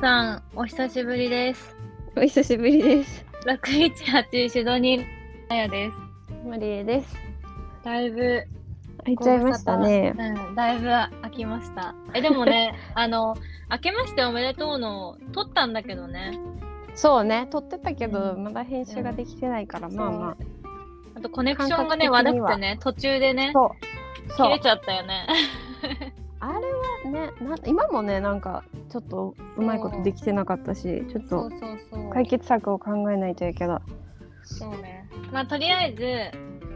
さんお久しぶりです。 お久しぶりです。 618シドニーあやです。 マリエです。 だいぶ開いちゃいましたね。 だいぶ空きました。でもね、明けましておめでとうの撮ったんだけどね。 そうね、撮ってたけど、まだ編集ができてないから、まあまあ。 あとコネクションがね悪くてね、途中でね切れちゃったよね。 あれはね、今もね、なんかちょっとうまいことできてなかったし、ちょっと解決策を考えないといけないけど。 そうね。まあとりあえず、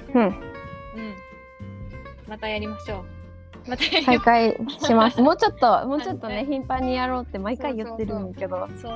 またやりましょう。 再開します。もうちょっとね、頻繁にやろうって毎回言ってるんだけど。 そう。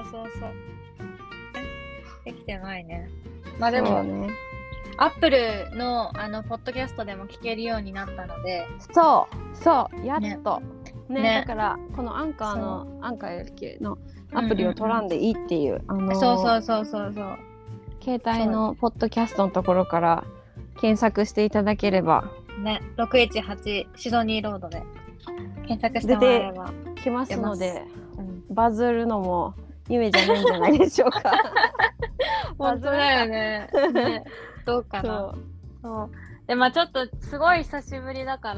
できてないね。まあでもね、アップルのポッドキャストでも聞けるようになったので。 そうやっと。ね、だからこのアンカーのアプリを取らんでいいっていう、 そう携帯のポッドキャストのところから検索していただければね、618シドニーロードで検索してもらえれば出てきますので、バズるのも夢じゃないんじゃないでしょうか。 本当だよね。どうかな。そうで、まあちょっとすごい久しぶりだから、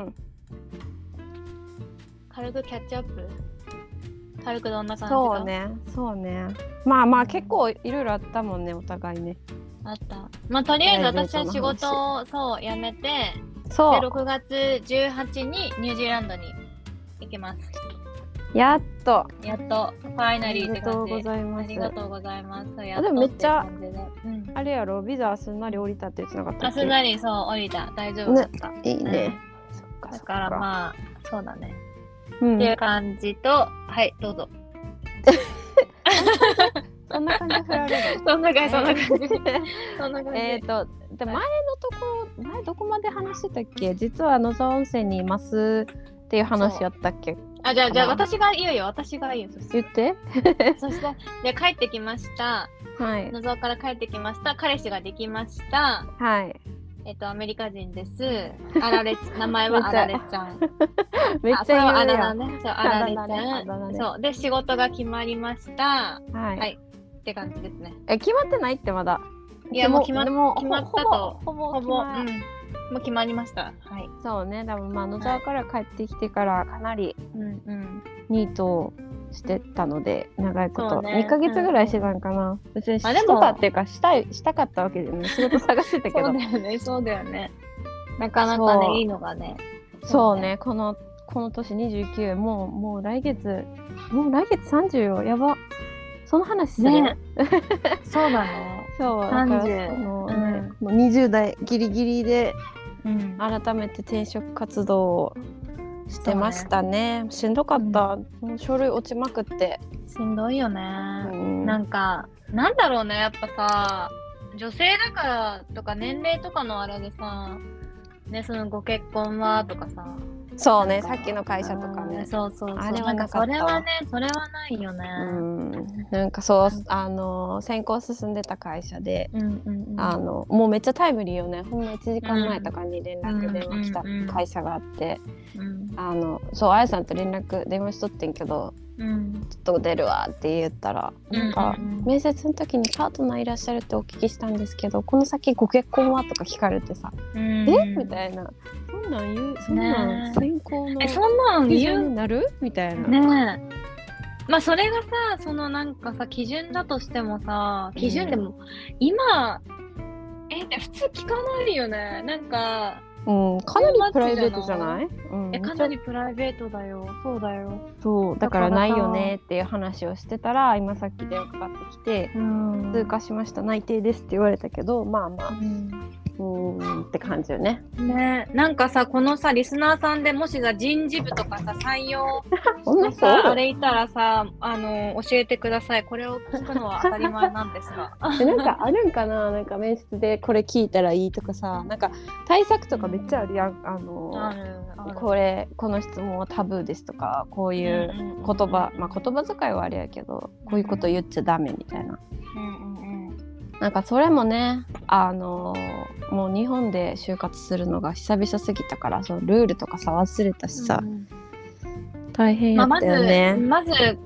軽くキャッチアップ、軽くどんな感じか。 そうね。まあ結構いろいろあったもんね、お互いね。 あった。まあとりあえず私は仕事を辞めて、で6月18にニュージーランドに行きます。 やっとファイナリーって感じ。 ありがとうございます。 でもめっちゃあれやろ、ビザすんなり降りたって言ってなかったっけ？ すんなり降りた。大丈夫だった。 いいね。 だからまあそうだね。っていう感じと、はいどうぞ。 そんな感じで振られる。 そんな感じ。 で前どこまで話してたっけ？実は野沢温泉にいますっていう話やったっけ？ じゃあ私が言うよ。 言って。 そしてで帰ってきました。はい。野沢から帰ってきました。彼氏ができました。 はい。 アメリカ人です。名前はあられちゃん。 めっちゃあだ名ね。あられちゃん。そう。で仕事が決まりました。はい。って感じですね。 決まってないってまだ。 いやもう決まったと。 ほぼもう決まりました。はい。 そうね。多分野沢から帰ってきてからかなりニートをしてたので、長いこと2ヶ月ぐらいしてたんかな。別にしてたっていうかしたかったわけでね、仕事探してたけど。 そうだよね。なかなかねいいのがね。 そうね。この年29、もう来月30よ。やば。その話するね。 そうだね。 そうだからもう20代ギリギリで改めて転職活動をしてましたね。しんどかった。もう書類落ちまくって。 しんどいよね。なんかなんだろうね、やっぱさ、女性だからとか年齢とかのあれでさ、ね、そのご結婚はとかさ。 そうね、さっきの会社とかね。 そうあれはなかった。それはないよね。 なんかそう選考進んでた会社で、もうめっちゃタイムリーよね。ほんま1時間前とかに連絡電話した会社があって、そうあやさんと電話しとってんけど、ちょっと出るわって言ったら、なんか面接の時にパートナーいらっしゃるってお聞きしたんですけど、この先ご結婚はとか聞かれてさ、みたいな。そんなん選考の基準になるみたいな。 ねえ。まあそれがさ、そのなんかさ基準だとしてもさ、基準でも今って普通聞かないよね。なんかかなりプライベートじゃない？ かなりプライベートだよ。そうだよ。 そうだからないよねっていう話をしてたら、今さっき電話かかってきて、通過しました内定ですって言われたけど、まあって感じよね。 ね、なんかさ、このさリスナーさんでもしさ人事部とかさ採用のさあれいたらさ、教えてください。これを聞くのは当たり前なんですが。 なんかあるんかな、なんか面接でこれ聞いたらいいとかさ、なんか対策とかめっちゃあるやん。この質問はタブーですとか、こういう言葉、言葉遣いはあれやけど、こういうこと言っちゃダメみたいな。なんかそれもね、もう日本で就活するのが久々すぎたから、そのルールとかさ忘れたしさ、大変やったよね。 まず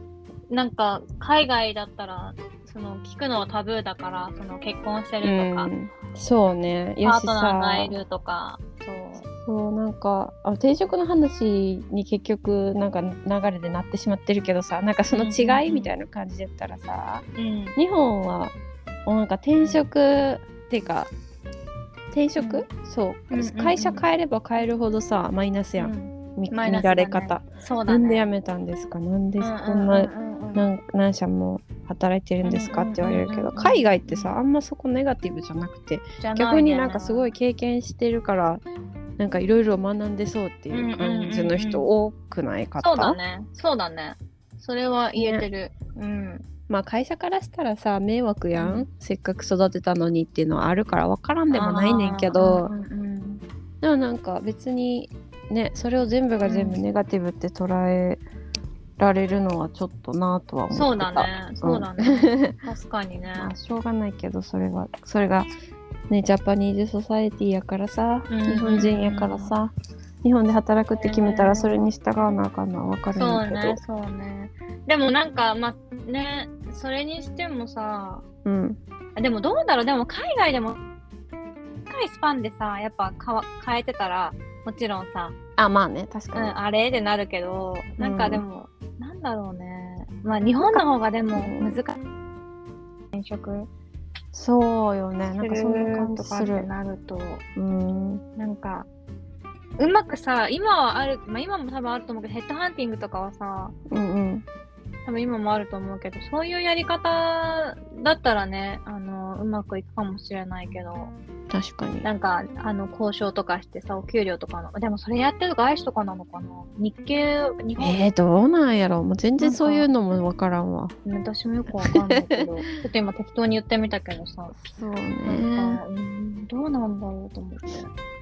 なんか海外だったらその聞くのはタブーだから、その結婚してるとか、 そうね、 パートナーがいるとか、 そうなんか転職の話に結局なんか流れでなってしまってるけどさ、なんかその違いみたいな感じだったらさ、日本はなんか転職っていうか転職、そう会社変えれば変えるほどさマイナスやん、見られ方、 そうだね、 なんで辞めたんですか、なんでこんな何社も働いてるんですかって言われるけど、海外ってさあんまそこネガティブじゃなくて、逆になんかすごい経験してるからなんかいろいろ学んでそうっていう感じの人多くないかった、 そうだねそれは言えてる、 まあ会社からしたらさ迷惑やん、せっかく育てたのにっていうのはあるから分からんでもないねんけど、でもなんか別にねそれを全部が全部ネガティブって捉えられるのはちょっとなとは思ってた。 そうだね確かにね、 まあ、しょうがないけどそれがねジャパニーズソサエティやからさ、日本人やからさ、日本で働くって決めたらそれに従わなあかんのは分かるんだけど、 そうねでもなんかまあねそれにしてもさ、でもどうだろう、でも海外でも短いスパンでさやっぱ変えてたらもちろんさまあね確かに、 あれってなるけど、なんかでも、なんだろうね、まあ日本の方がでも難しい、転職そうよね、なんかそういう感じするってなると、なんかうまくさ今はある、まあ今も多分あると思うけどヘッドハンティングとかはさ、多分今もあると思うけど、そういうやり方だったらねうまくいくかもしれないけど、 確かになんか交渉とかしてさお給料とかの、でもそれやってる外資とかなのかな、日本どうなんやろ、もう全然そういうのも分からんわ。 私もよくわかんないけどちょっと今適当に言ってみたけどさ、 そうね、 どうなんだろうと思って、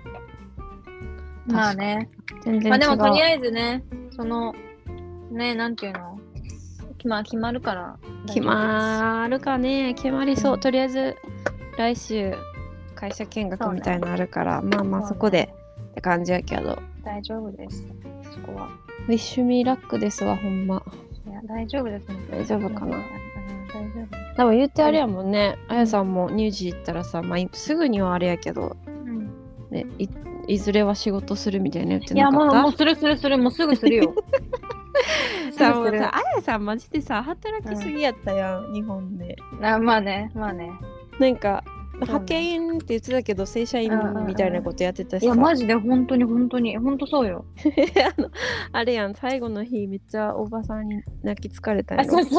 まあね、 全然まあでもとりあえずね、そのねなんていうの決まるから決まるかね、決まりそう、とりあえず来週会社見学みたいなのあるから、まあまあそこでって感じやけど、 大丈夫です、そこは。 ウィッシュミーラックですわ、ほんま。 いや大丈夫ですね。 大丈夫かな。 大丈夫。 でも言ってあれやもんね、あやさんも乳児行ったらさ、まあすぐにはあれやけど、ね、いずれは仕事するみたいな言ってなかった？ いやもうするもうすぐするよ。 さあやさんマジでさ働きすぎやったやん、日本で。 まあねなんか派遣って言ってたけど正社員みたいなことやってたしさ、 いやマジで本当そうよ。 あれやん、最後の日めっちゃおばさんに泣き疲れたやろ。 そう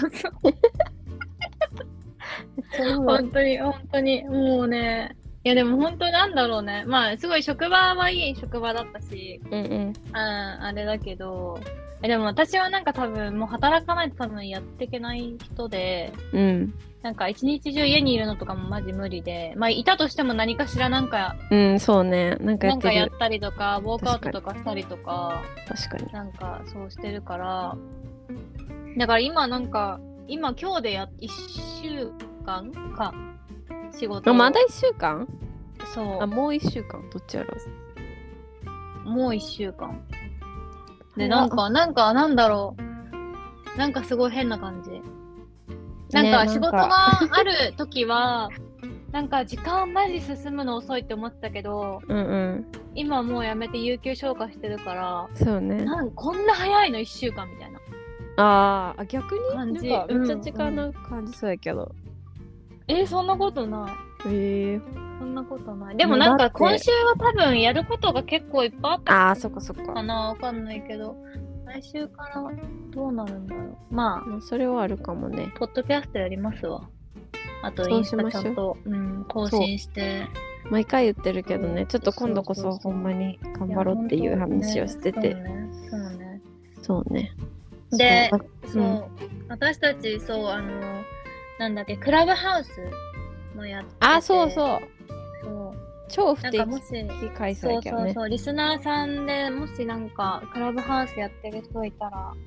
本当にもうね、いやでも本当なんだろうね、まあすごい職場はいい職場だったし、あれだけど、でも私はなんか多分もう働かないと多分やっていけない人で、なんか一日中家にいるのとかもマジ無理で、まあいたとしても何かしらなんか、 そうね、なんかやったりとか、ウォークアウトとかしたりとか、 確かになんかそうしてるから、だから今今日で1週間か仕事。 まだ1週間？ そう。 もう1週間どっちやろう。もう1週間。でなんだろう。なんかすごい変な感じ。なんか仕事がある時は、なんか時間マジ進むの遅いって思ってたけど、今もうやめて有給消化してるから、 そうね。 こんな早いの1週間みたいな。 逆になんかめっちゃ時間な感じそうやけど。 そんなことない。そんなことない。でもなんか今週は多分やることが結構いっぱいあったそっかかな、わかんないけど、来週からどうなるんだろう。まあそれはあるかもね。 ポッドキャストやりますわ。あとインスタちゃんと更新して。 毎回言ってるけどね、ちょっと今度こそほんまに頑張ろうっていう話をしてて。そうね。 で、私たちなんだっけ、クラブハウスもやってて。 そう超不定期開催やけどね。 そうリスナーさんでもしなんかクラブハウスやってる人いたら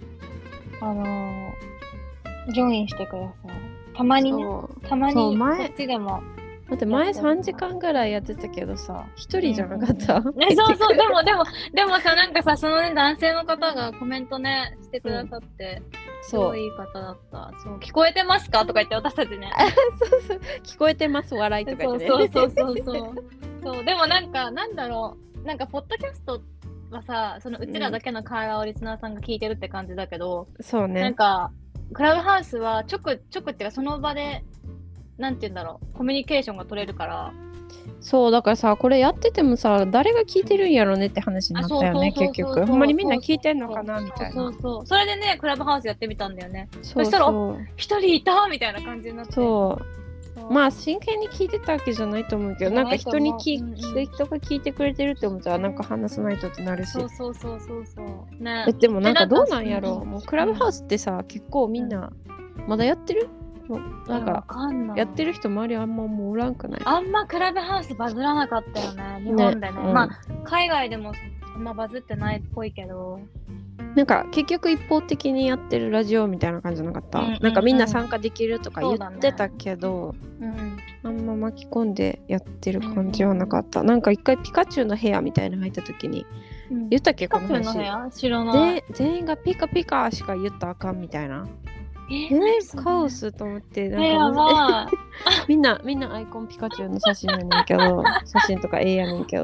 ジョインしてください。たまにそっちでもだって前3時間ぐらいやってたけどさ、一人じゃなかった、 そうでもさ、なんかさ、そのね、男性の方がコメントね、してくださって、すごいいい方だった。そう、聞こえてますかとか言って私たちね。 そう、聞こえてます、笑いとか言ってね。 そう、でもなんか、なんだろう、なんか、ポッドキャストはさ、そのうちらだけの会話をリスナーさんが聞いてるって感じだけど、 そうね。 なんか、クラブハウスはちょくっていうか、その場で、なんて言うんだろう、コミュニケーションが取れるから。 そうだからさ、これやっててもさ、誰が聞いてるんやろねって話になったよね。結局ほんまにみんな聞いてんのかなみたいな。 それでね、クラブハウスやってみたんだよね。そしたら一人いたみたいな感じになって。まあ真剣に聞いてたわけじゃないと思うけど、なんか人が聞いてくれてるって思ったらなんか話さないとってなるし。そうね。でもなんかどうなんやろ。もうクラブハウスってさ、結構みんなまだやってる？なんかやってる人周りあんまもうおらんくない？ あんまクラブハウスバズらなかったよね、日本でね。まあ海外でもあんまバズってないっぽいけど、 なんか結局一方的にやってるラジオみたいな感じじゃなかった？なんかみんな参加できるとか言ってたけど、あんま巻き込んでやってる感じはなかった。なんか一回ピカチュウの部屋みたいなの入った時に言ったっけ、この話。 ピカチュウの部屋？知らない。 全員がピカピカしか言ったらあかんみたいな。カオスと思ってなんかみんなアイコンピカチュウの写真やねんけど写真とかやねんけど、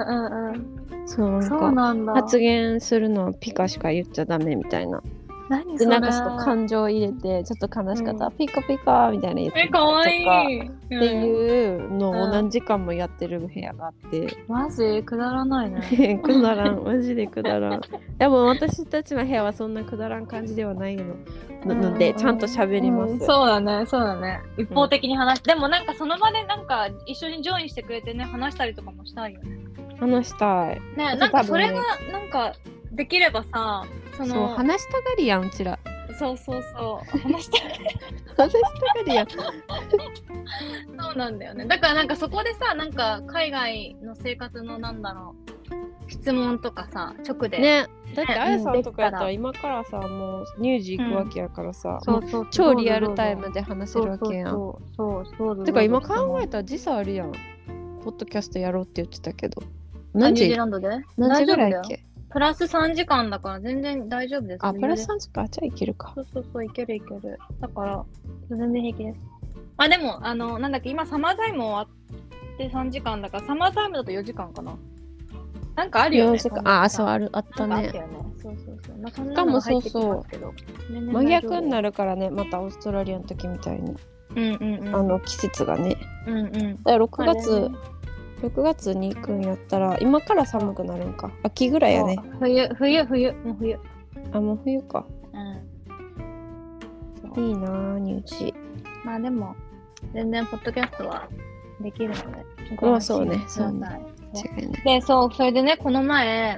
そうなんだ。発言するのはピカしか言っちゃダメみたいな。でなんかちょっと感情入れてちょっと悲しかった、ピカピカみたいな言ってかわいいっていうのを何時間もやってる部屋があって、 マジくだらないね。 くだらん、マジでくだらん。でも私たちの部屋はそんなくだらん感じではないのでちゃんと喋ります。 そうだね。一方的に話でもなんかその場でなんか一緒にジョインしてくれてね、話したりとかもしたいよね。 話したいね。なんかそれがなんかできればさ、 そう話したがりやん、うちら。 そう話したがりやん。 そうなんだよね。だからなんかそこでさ、なんか海外の生活のなんだろう、質問とかさ、直でね。だってあやさんとかやったら今からさ、もう乳児行くわけやからさ、超リアルタイムで話せるわけやん。てか今考えたら時差あるやん。ポッドキャストやろうって言ってたけど。 何時ニュージーランドで？ 何時ぐらいっけ？ プラス3時間だから全然大丈夫です。 あ、プラス3時間？じゃあいけるか。 そう、いける。だから、全然平気です。あ、でも、なんだっけ、今サマータイム終わって3時間だから、サマータイムだと4時間かな。なんかあるよね。 あ、そう、あったね。 そう。 まあ、しかもそう。真逆になるからね、またオーストラリアの時みたいに。季節がね。だから6月に行くんやったら今から寒くなるんか。秋ぐらいやね。 冬。もう冬。 あ、もう冬か。いいなぁ、入試。 まあでも全然ポッドキャストはできるので。 まあそうね。 違いない。で、それでね、この前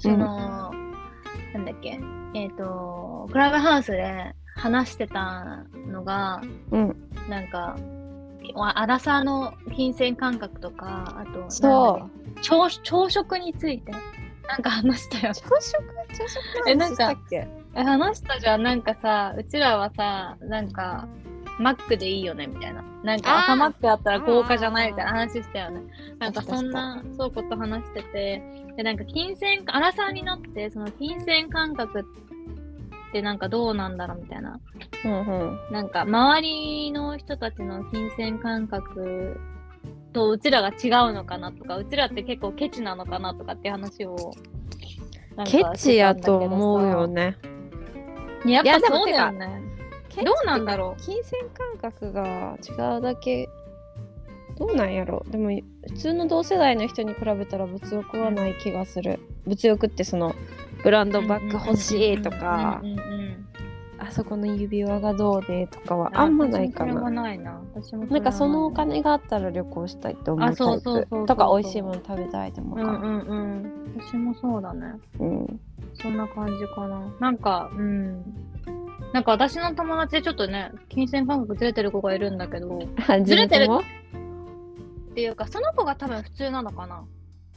なんだっけ、クラブハウスで話してたのが、なんか。アラサーの金銭感覚とか、あと朝食についてなんか話したよ。 朝食の話したっけ？ 話したじゃん。なんかさ、うちらはさ、なんかマックでいいよねみたいな、なんか朝マックあったら豪華じゃないみたいな話したよね。なんかそんなこと話してて、でなんかアラサーになってその金銭感覚ってなんかどうなんだろうみたいな。なんか周りの人たちの金銭感覚とうちらが違うのかなとか、うちらって結構ケチなのかなとかって話をケチやと思うよね。 やっぱそうだよね。どうなんだろう。 金銭感覚が違うだけどうなんやろ。でも普通の同世代の人に比べたら物欲はない気がする。物欲ってそのブランドバッグ欲しいとか、あそこの指輪がどうでとかはあんまないかな。なんかそのお金があったら旅行したいと思うタイプとか、美味しいもの食べたいと思うから。 私もそうだね。そんな感じかな。なんか私の友達でちょっとね、金銭感覚ずれてる子がいるんだけど、ずれてるっていうか、その子が多分普通なのかな。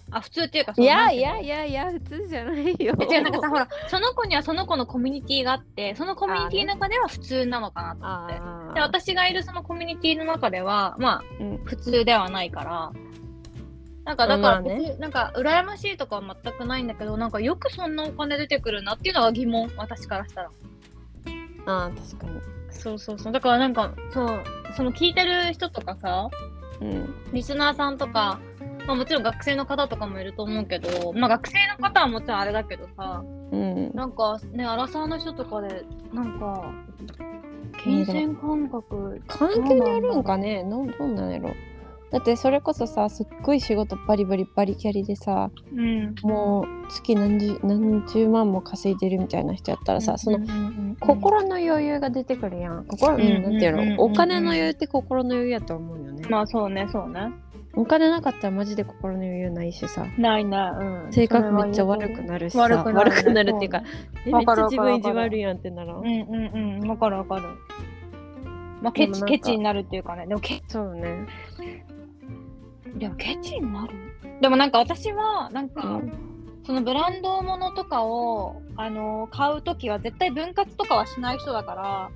普通っていうかいや普通じゃないよ。 違う、なんかさほらその子にはその子のコミュニティがあってそのコミュニティの中では普通なのかなと思って、で私がいるそのコミュニティの中ではまあ、普通ではないからなんかだから別になんか羨ましいとかは全くないんだけど、なんかよくそんなお金出てくるなっていうのは疑問、私からしたら。 確かに。 そうだからなんかその聞いてる人とかさ、リスナーさんとか、まあもちろん学生の方とかもいると思うけど、まあ学生の方はもちろんあれだけどさ、なんかねアラサーの人とかでなんか金銭感覚関係にあるんかね、どうなんやろ。だってそれこそさ、すっごい仕事バリキャリでさ、もう月何十万も稼いでるみたいな人やったらさ、その心の余裕が出てくるやん。なんていうの、お金の余裕って心の余裕やと思うよね。 まあそうね。 お金なかったらマジで心の余裕ないしさ。 ないね。 性格めっちゃ悪くなるしさ。悪くなるっていうか、めっちゃ自分意地悪やんってなら。 わかる。まあケチになるっていうかね。でもそうね。 でもケチになる。でもなんか私はなんか、そのブランド物とかを買うときは絶対分割とかはしない人だから。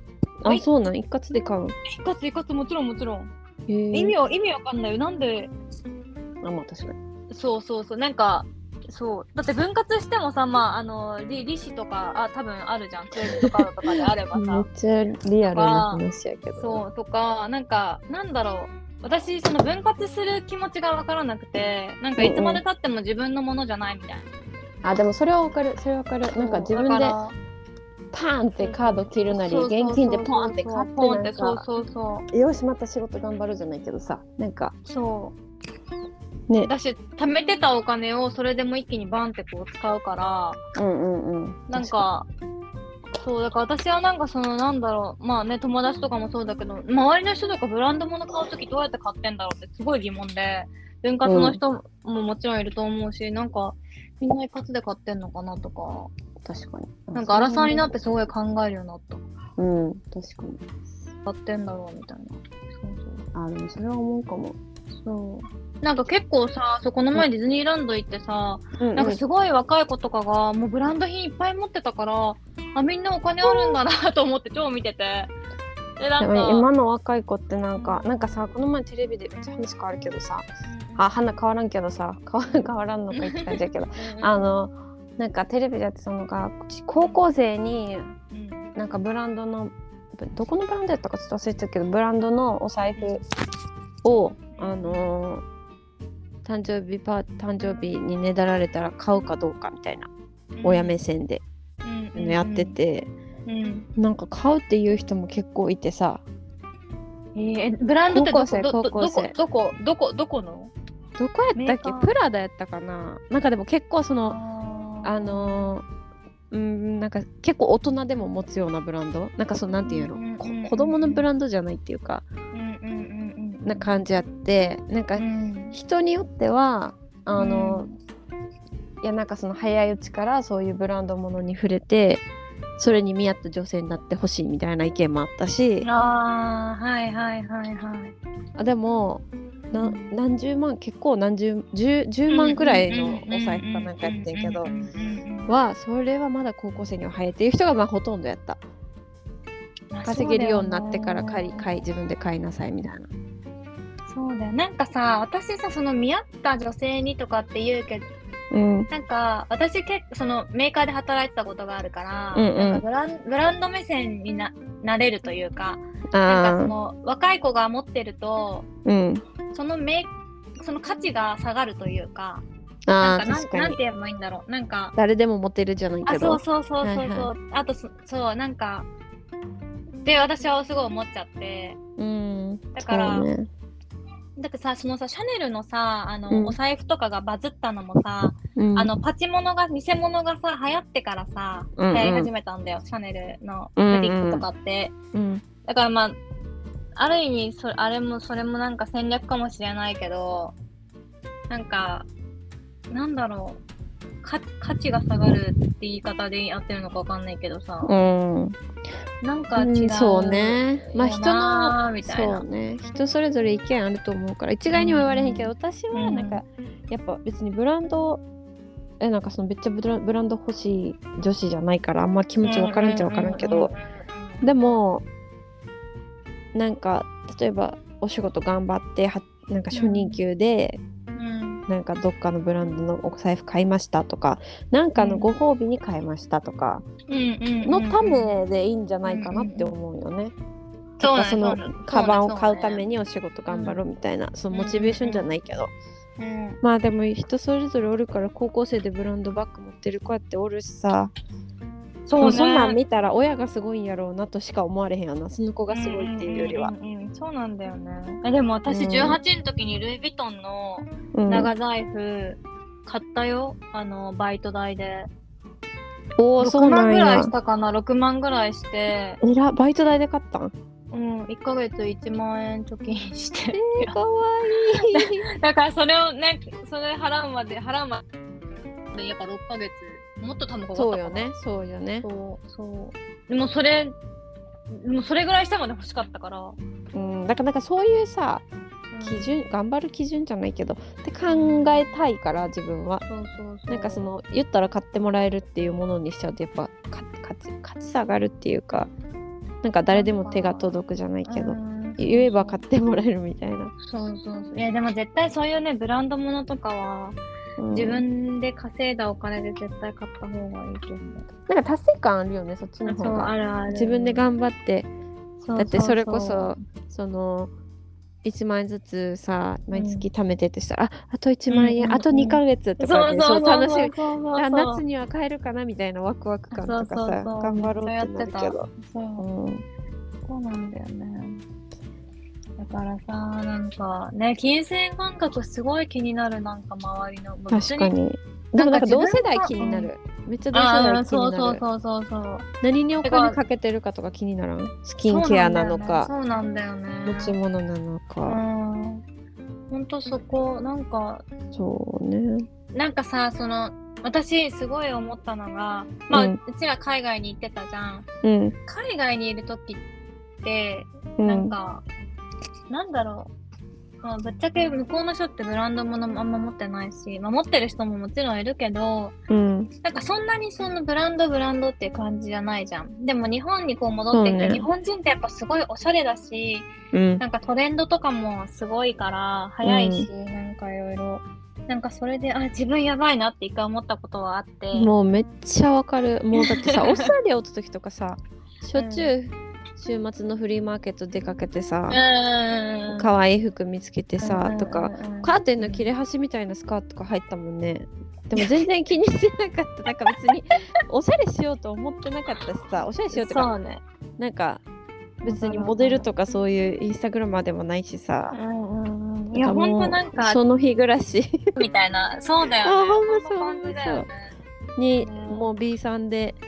そうなん、一括で買う。 一括もちろん。意味わかんないよ。なんで。 まあ確かに。 そうなんかだって分割してもさ、まあ利子とか多分あるじゃん。クレジットカードとかであればさ。 めっちゃリアルな話やけど。 そうとかなんかなんだろう。私その分割する気持ちが分からなくて、なんかいつまで経っても自分のものじゃないみたいな。でもそれは分かる。なんか自分でパーンってカード切るなり、現金でポーンって買ってそうよしまた仕事頑張るじゃないけどさ、なんかね、だし貯めてたお金をそれでも一気にバンってこう使うから、なんかだから私はなんかそのなんだろう、まあね友達とかもそうだけど、周りの人とかブランド物買うときどうやって買ってんだろうってすごい疑問で、分割の人ももちろんいると思うし、なんかみんな一括で買ってんのかなとか。 確かに。 なんか荒さになってすごい考えるようになった。 確かに。 買ってんだろうみたいな。 でもそれは思うかも。 なんか結構さ、この前ディズニーランド行ってさ、なんかすごい若い子とかがもうブランド品いっぱい持ってたから、みんなお金あるんだなと思って超見てて。 でなんか今の若い子ってなんかさ、この前テレビでめっちゃ話変わるけどさ、花変わらんけどさ、変わらんのかって感じだけど、なんかテレビでやってたのが高校生になんかブランドのどこのブランドやったかちょっと忘れてたけど、ブランドのお財布を誕生日にねだられたら買うかどうかみたいな、親目線でやってて、なんか買うっていう人も結構いてさ。 ブランドって高校生どこのどこやったっけ、プラダやったかな。なんかでも結構そのなんか結構大人でも持つようなブランド、なんかなんていうの、子供のブランドじゃないっていうか、な感じあって、なんか人によってはいやなんかその早いうちからそういうブランドものに触れて、それに見合った女性になってほしいみたいな意見もあったし、でも何十万、結構10万くらいのお財布かなんかやってんけど、それはまだ高校生には早いっていう人がほとんどやった。稼げるようになってから自分で買いなさいみたいな。 そうだよ。なんかさ、私さ、その見合った女性にとかって言うけど、なんか私結構そのメーカーで働いてたことがあるから、なんかブランド目線になれるというか、なんかその若い子が持ってると、その価値が下がるというか、なんて言えばいいんだろう、なんか誰でも持てるじゃないけど、 そう、あとそうなんかで私はすごい思っちゃって、だからだってさ、そのさ、シャネルのさ、お財布とかがバズったのもさ、偽物がさ、流行ってからさ、流行り始めたんだよ、シャネルのブティックとかって。だからまあ、ある意味それもなんか戦略かもしれないけど、なんか、なんだろう、価値が下がるって言い方でやってるのかわかんないけどさ。 なんか違う、 そうね。まあ人のみたいな。 そうね。人それぞれ意見あると思うから一概には言われへんけど、私はなんか、やっぱ別にブランドなんかそのめっちゃブランド欲しい女子じゃないからあんま気持ち分からんっちゃ分からんけど、でもなんか例えばお仕事頑張ってなんか初任給で、なんかどっかのブランドのお財布買いましたとか、なんかのご褒美に買いましたとかのためでいいんじゃないかなって思うよね。そのカバンを買うためにお仕事頑張ろうみたいな、そのモチベーションじゃないけど、まあでも人それぞれおるから、高校生でブランドバッグ持ってる子やっておるしさ、そんなん見たら親がすごいんやろうなとしか思われへんやな、その子がすごいっていうよりは。 そうなんだよね。でも私18の時にルイ・ヴィトンの長財布買ったよ、バイト代で。6万ぐらいしたかな、6万ぐらいして。 バイト代で買ったん ？1ヶ月1万円貯金して。 かわいい。だからそれをね、それ払うまでやっぱ6ヶ月。もっと多分かかったかな。 そうよね。 でもそれぐらいしたまで欲しかったから。 だからそういうさ、基準、頑張る基準じゃないけどって考えたいから自分は。なんかその言ったら買ってもらえるっていうものにしちゃうとやっぱ価値下がるっていうか、なんか誰でも手が届くじゃないけど、言えば買ってもらえるみたいな。 いやでも絶対そういうねブランド物とかは。自分で稼いだお金で絶対買った方がいいと思う。 なんか達成感あるよね、そっちの方が。 ある。 自分で頑張って、だってそれこそその1万円ずつさ毎月貯めてってしたら、あと1万円、あと2ヶ月とかで楽しみ、夏には買えるかなみたいなワクワク感とかさ、頑張ろうってなるけど。 そうなんだよね。だからさ、なんかね、金銭感覚すごい気になる、なんか周りの。 確かに。でもなんか同世代気になる。めっちゃ同世代気になる。 そう。 何にお金かけてるかとか気にならん？スキンケアなのか。 そうなんだよね。 持ち物なのか。 ほんとそこ、なんか。 そうね。 なんかさ、私すごい思ったのが、まあ、うちら海外に行ってたじゃん。海外にいる時って、なんか、なんだろう、ぶっちゃけ向こうの人ってブランド物もあんま持ってないし、持ってる人ももちろんいるけど、なんかそんなにそのブランドっていう感じじゃないじゃん。でも日本にこう戻ってきて、日本人ってやっぱすごいおしゃれだし、なんかトレンドとかもすごいから早いし、なんかいろいろ。なんかそれで自分やばいなって一回思ったことはあって。 もうめっちゃわかる。もうだってさ、オーストラリアおった時とかさ、しょっちゅう週末のフリーマーケット出かけてさ、可愛い服見つけてさ、とかカーテンの切れ端みたいなスカートとか入ったもんね。でも全然気にしてなかった。なんか別におしゃれしようと思ってなかったしさ、おしゃれしようとか、なんか別にモデルとかそういうインスタグラマーでもないしさ、 いやほんとなんかその日暮らしみたいな。そうだよね。 ほんまそうに、もう B さんで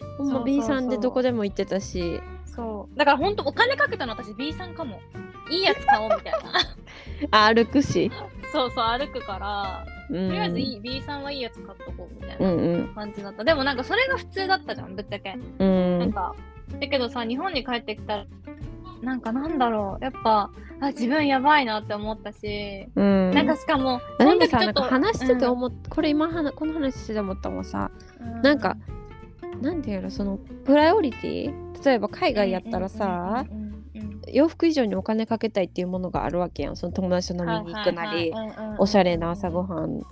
B さんでどこでも行ってたし、 そうだからほんとお金かけたの私 B さんかも。いいやつ買おうみたいな。 歩くし、 そう歩くから、とりあえずB さんはいいやつ買っとこうみたいな感じだった。でもなんかそれが普通だったじゃん、ぶっちゃけ。なんかだけどさ、日本に帰ってきたらなんかなんだろう、やっぱ自分やばいなって思ったし、なんかしかもなんかさ、なんか話してて思っこれ今この話してて思ったのはさ、なんかなんていうの、そのプライオリティ、例えば海外やったらさ、洋服以上にお金かけたいっていうものがあるわけやん。その友達と飲みに行くなり、おしゃれな朝ごはんもう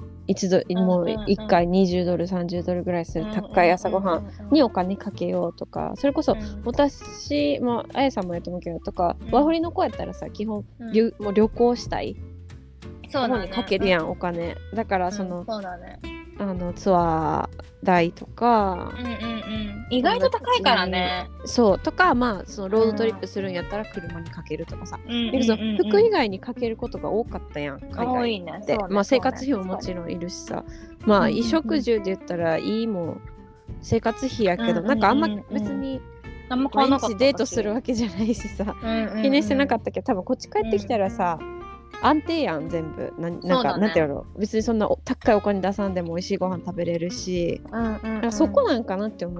1回20ドル30ドルぐらいする高い朝ごはんにお金かけようとか、それこそ私もあやさんもやと思うけどとか、ワーホリの子やったらさ、基本もう旅行したいそこにかけるやん、お金だから、そのそうだね、 ツアー代とか、 意外と高いからね。 そうとか、まあそのロードトリップするんやったら車にかけるとかさ、服以外にかけることが多かったやん、海外って。まあ生活費ももちろんいるしさ、まあ衣食住で言ったらいいも生活費やけど、なんかあんま別に毎日デートするわけじゃないしさ、気にしてなかったけど、多分こっち帰ってきたらさ、安定やん全部。なんか、なんていうの、別にそんな高いお金出さんでも美味しいご飯食べれるし、そこなんかなって思う。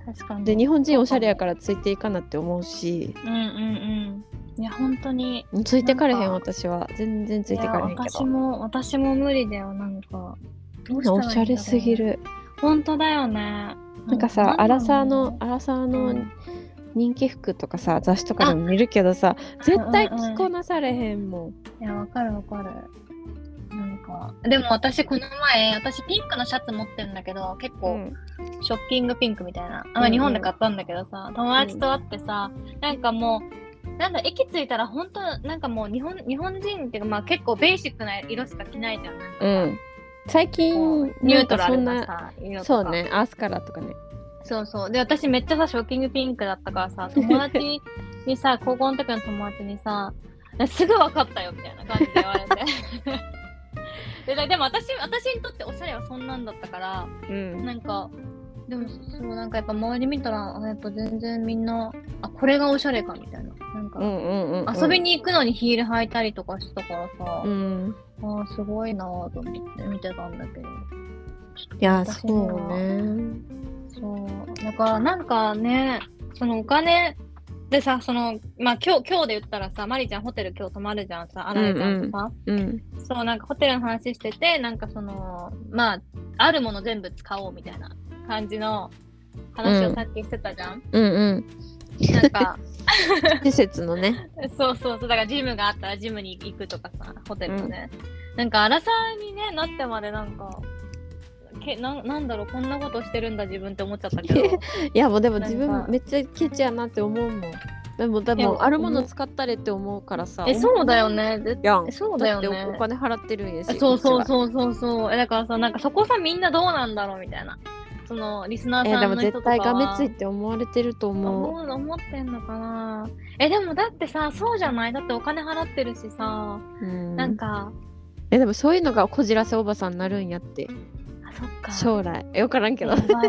確かに。 で日本人おしゃれやからついていかなって思うし。 いや本当についてかれへん。私は全然ついてかれへんけど。 私も無理だよ。なんかどうしたらいいんだろう。おしゃれすぎる。 本当だよね。 なんかさ、アラサーの人気服とかさ、雑誌とかでも見るけどさ、絶対着こなされへんもん。 いや、わかる。なんか、でも私この前、ピンクのシャツ持ってるんだけど、結構、ショッキングピンクみたいな。日本で買ったんだけどさ、友達と会ってさ、なんかもう、なんだ、駅着いたら本当なんかもう日本人っていうか、まあ結構ベーシックな色しか着ないじゃん。 最近ニュートラルなさ色とか。 そうね、アースカラーとかね。 そうで、私めっちゃさショッキングピンクだったからさ、友達にさ高校の時の友達にさすぐ分かったよみたいな感じで言われてでも私にとっておしゃれはそんなんだったから、なんかでもそうなんかやっぱ周り見たらやっぱ全然みんなこれがおしゃれかみたいな、なんか、遊びに行くのにヒール履いたりとかしてたからさ、すごいなぁと思って見てたんだけど。 いやそうね。 そうだからなんかね、そのお金でさ、そのまあ今日で言ったらさ、マリちゃんホテル今日泊まるじゃんさ、アライちゃんとさ、そうなんかホテルの話してて、なんかそのまああるもの全部使おうみたいな感じの話をさっきしてたじゃん。なんか施設のね。 そうだからジムがあったらジムに行くとかさ、ホテルのね、なんかアラサーにねなってまでなんか。なんだろう、こんなことしてるんだ自分って思っちゃったけどいやもうでも自分めっちゃケチやなって思うもん。でもあるもの使ったれって思うからさ。 そうだよね。そうだよね。 だってお金払ってるんやし。 そうだからさ、なんかそこさみんなどうなんだろうみたいな、そのリスナーさんの人とかはでも絶対がめついって思われてると思う。 思ってんのかな。でもだってさ、そうじゃない、だってお金払ってるしさ、なんかでもそういうのがこじらせおばさんになるんやって。 そっか、 将来分からんけど。 やばい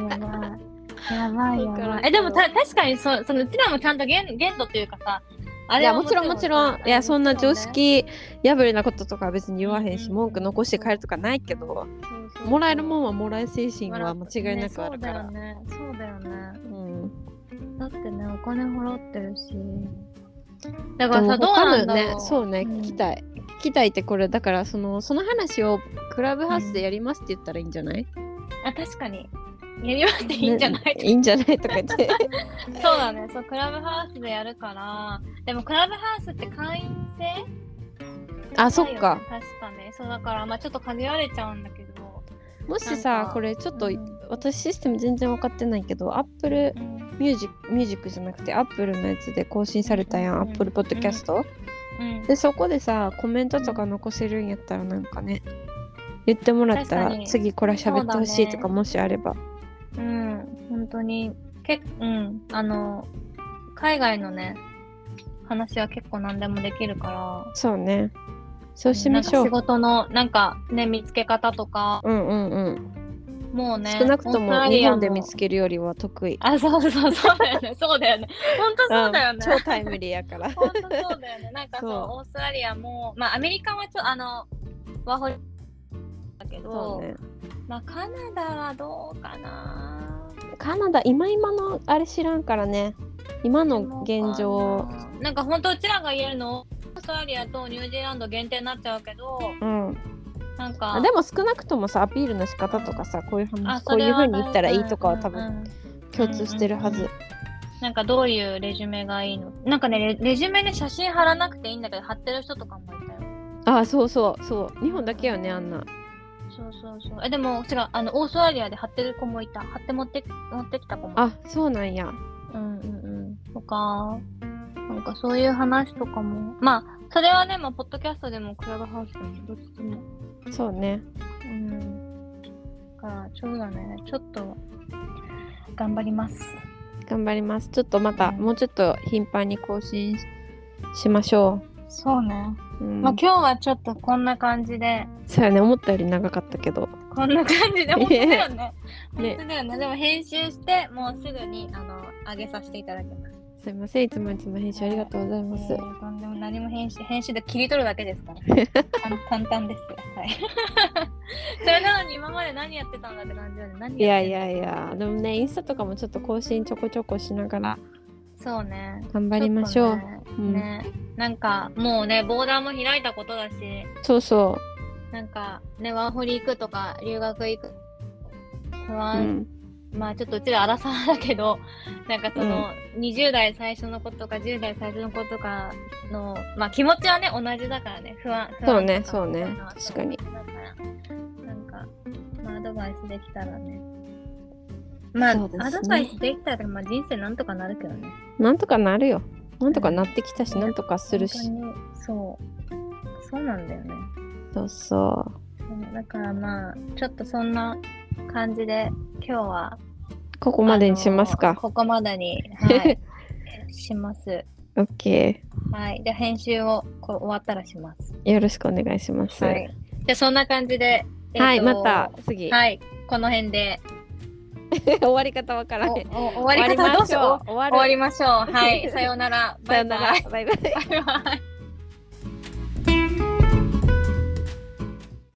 でも確かにそのうちらもちゃんと限度っていうかさ、 いやもちろんいやそんな常識破りなこととかは別に言わへんし、文句残して帰るとかないけど、もらえるもんはもらえ精神は間違いなくあるから。 そうだよね。だってね、お金払ってるし。だからさ、どうなんだろう。 そうね、聞きたいってこれだからその話をクラブハウスでやりますって言ったらいいんじゃない？ 確かにやりますっていいんじゃない？ いいんじゃないとか言ってそうだね、そうクラブハウスでやるから。でもクラブハウスって会員制？ そっか。 確かね。そうだからまあちょっと限られちゃうんだけど、 もしさこれちょっと、私システム全然分かってないけど、Apple Music じゃなくて Apple のやつで更新されたやん、Apple Podcast、でそこでさコメントとか残せるんやったらなんかね、言ってもらったら次これ喋ってほしいとかもしあれば、 本当に海外のね話は結構何でもできるから。 そうね、そうしましょう。 仕事のなんかね見つけ方とか、もうね、 少なくとも日本で見つけるよりは得意。 そうだよね。そうだよね。本当そうだよね。 超タイムリーやから。 本当そうだよね。なんかそう、オーストラリアも、まあアメリカはワーホリだけど、まあカナダはどうかな。 カナダ今のあれ知らんからね。今の現状。 なんか本当うちらが言えるの、オーストラリアとニュージーランド限定になっちゃうけど。なんかでも少なくともさアピールの仕方とかさ、こういう話こういう風に言ったらいいとかは多分共通してるはず。 なんかどういうレジュメがいいの？なんかねレジュメで写真貼らなくていいんだけど貼ってる人とかもいたよ。 そう日本だけよねあんな。 そうでも違う、オーストラリアで貼ってる子もいた。貼って持ってきた子も。 そうなんや。 とかなんかそういう話とかも、まあそれはね、まあポッドキャストでもクラブハウスでもどっちでも。 そうね。 だからそうだね、ちょっと頑張ります。 ちょっとまた、もうちょっと頻繁に更新しましょう。 そうね。まあ今日はちょっとこんな感じで。 そうやね、思ったより長かったけど。 こんな感じで本当だよね。本当だよね。でも編集してもうすぐに上げさせていただきます。 すいません、いつも編集ありがとうございます。 でも何も編集で切り取るだけですから簡単です。はい。それなのに今まで何やってたんだって感じで、 いやでもね、インスタとかもちょっと更新ちょこちょこしながら、 そうね、 頑張りましょう。 ね、なんかもうね、ボーダーも開いたことだし、 そうなんかね、ワーホリ行くとか留学行く不安、まあちょっとうちら荒さだけど、なんかその20代最初の子とか10代最初の子とかの、まあ気持ちはね同じだからね、不安そうね確かに。 だからなんかまあアドバイスできたらね、まあ、ね、アドバイスできたらまあ人生なんとかなるけどね。 なんとかなるよ。なんとかなってきたし、なんとかするし。 そうなんだよね。 そうだからまあちょっとそんな感じで今日はここまでにしますか。 ここまでに、はい、します。 OK。 はい。じゃあ編集を終わったらします。 よろしくお願いします。 はい。じゃあそんな感じで、 はい、また次。 はい、この辺で。 終わり方わからない。 終わり方どうしよう。終わりましょう。はい。さようなら。 さようなら。バイバイ。 バイバイ。